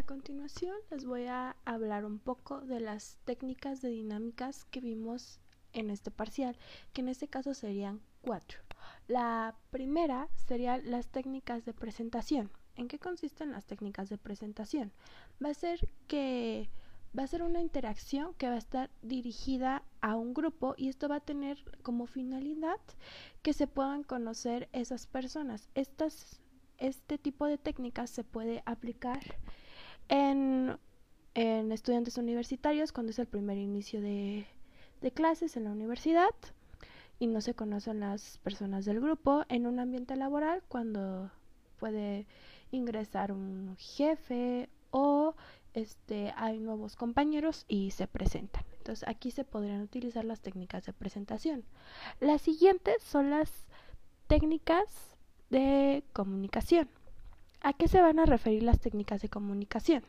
continuación les voy a hablar un poco de las técnicas de dinámicas que vimos en este parcial, que en este caso serían 4. La primera serían las técnicas de presentación. ¿En qué consisten las técnicas de presentación? Va a ser una interacción que va a estar dirigida a un grupo y esto va a tener como finalidad que se puedan conocer esas personas. Este tipo de técnicas se puede aplicar en estudiantes universitarios cuando es el primer inicio de clases en la universidad y no se conocen las personas del grupo, en un ambiente laboral cuando puede ingresar un jefe o hay nuevos compañeros y se presentan. Entonces aquí se podrían utilizar las técnicas de presentación. Las siguientes son las técnicas de comunicación. ¿A qué se van a referir las técnicas de comunicación?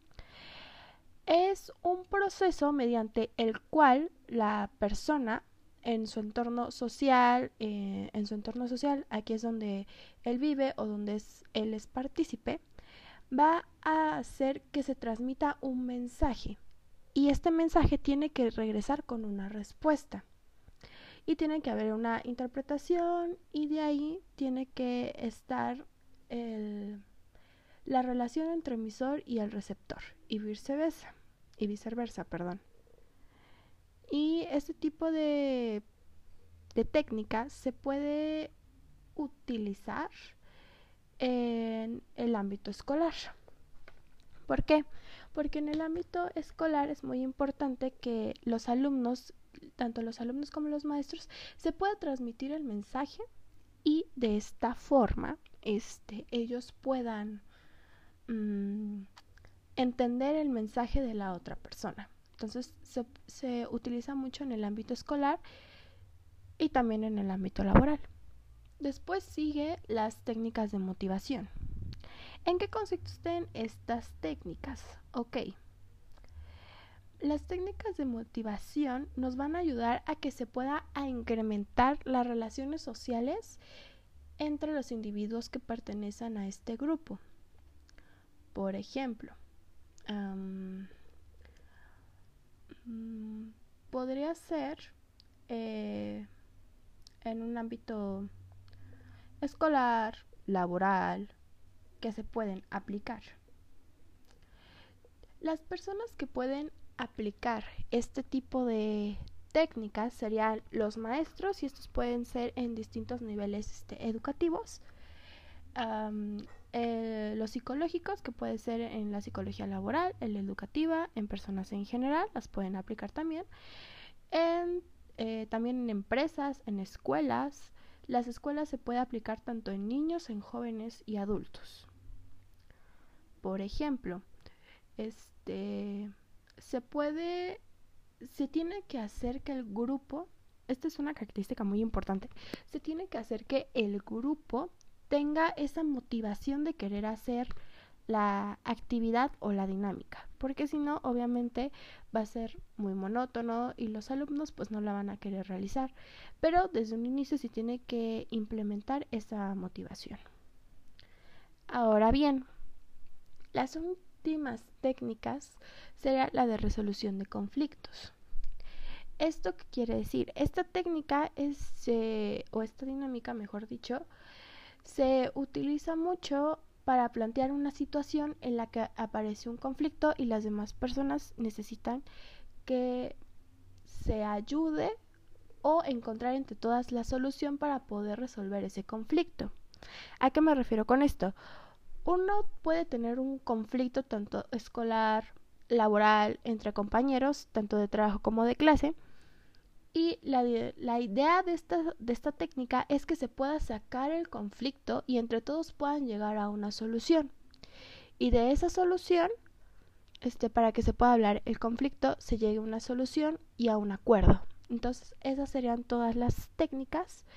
Es un proceso mediante el cual la persona en su entorno social, aquí es donde él vive o donde él es partícipe, va a hacer que se transmita un mensaje y este mensaje tiene que regresar con una respuesta y tiene que haber una interpretación y de ahí tiene que estar la relación entre emisor y el receptor y viceversa. Y este tipo de técnica se puede utilizar en el ámbito escolar. ¿Por qué? Porque en el ámbito escolar es muy importante que los alumnos, tanto los alumnos como los maestros, se pueda transmitir el mensaje y de esta forma ellos puedan entender el mensaje de la otra persona. Entonces se utiliza mucho en el ámbito escolar y también en el ámbito laboral. Después sigue las técnicas de motivación. ¿En qué consisten estas técnicas? Ok. Las técnicas de motivación nos van a ayudar a que se pueda incrementar las relaciones sociales entre los individuos que pertenecen a este grupo. Por ejemplo, podría ser en un ámbito escolar, laboral, que se pueden aplicar. Las personas que pueden aplicar este tipo de técnicas serían los maestros y estos pueden ser en distintos niveles educativos. Los psicológicos, que puede ser en la psicología laboral, en la educativa, en personas en general, las pueden aplicar también. También en empresas, en escuelas. Las escuelas se puede aplicar tanto en niños, en jóvenes y adultos. Por ejemplo, se tiene que hacer que el grupo, esta es una característica muy importante, se tiene que hacer que el grupo tenga esa motivación de querer hacer la actividad o la dinámica, porque si no, obviamente va a ser muy monótono y los alumnos pues no la van a querer realizar, pero desde un inicio se tiene que implementar esa motivación. Ahora bien, las últimas técnicas sería la de resolución de conflictos. ¿Esto qué quiere decir? Esta técnica o esta dinámica, mejor dicho, se utiliza mucho para plantear una situación en la que aparece un conflicto y las demás personas necesitan que se ayude o encontrar entre todas la solución para poder resolver ese conflicto. ¿A qué me refiero con esto? Uno puede tener un conflicto tanto escolar, laboral, entre compañeros, tanto de trabajo como de clase, y la idea de esta técnica es que se pueda sacar el conflicto y entre todos puedan llegar a una solución. Y de esa solución, para que se pueda hablar el conflicto, se llegue a una solución y a un acuerdo. Entonces, esas serían todas las técnicas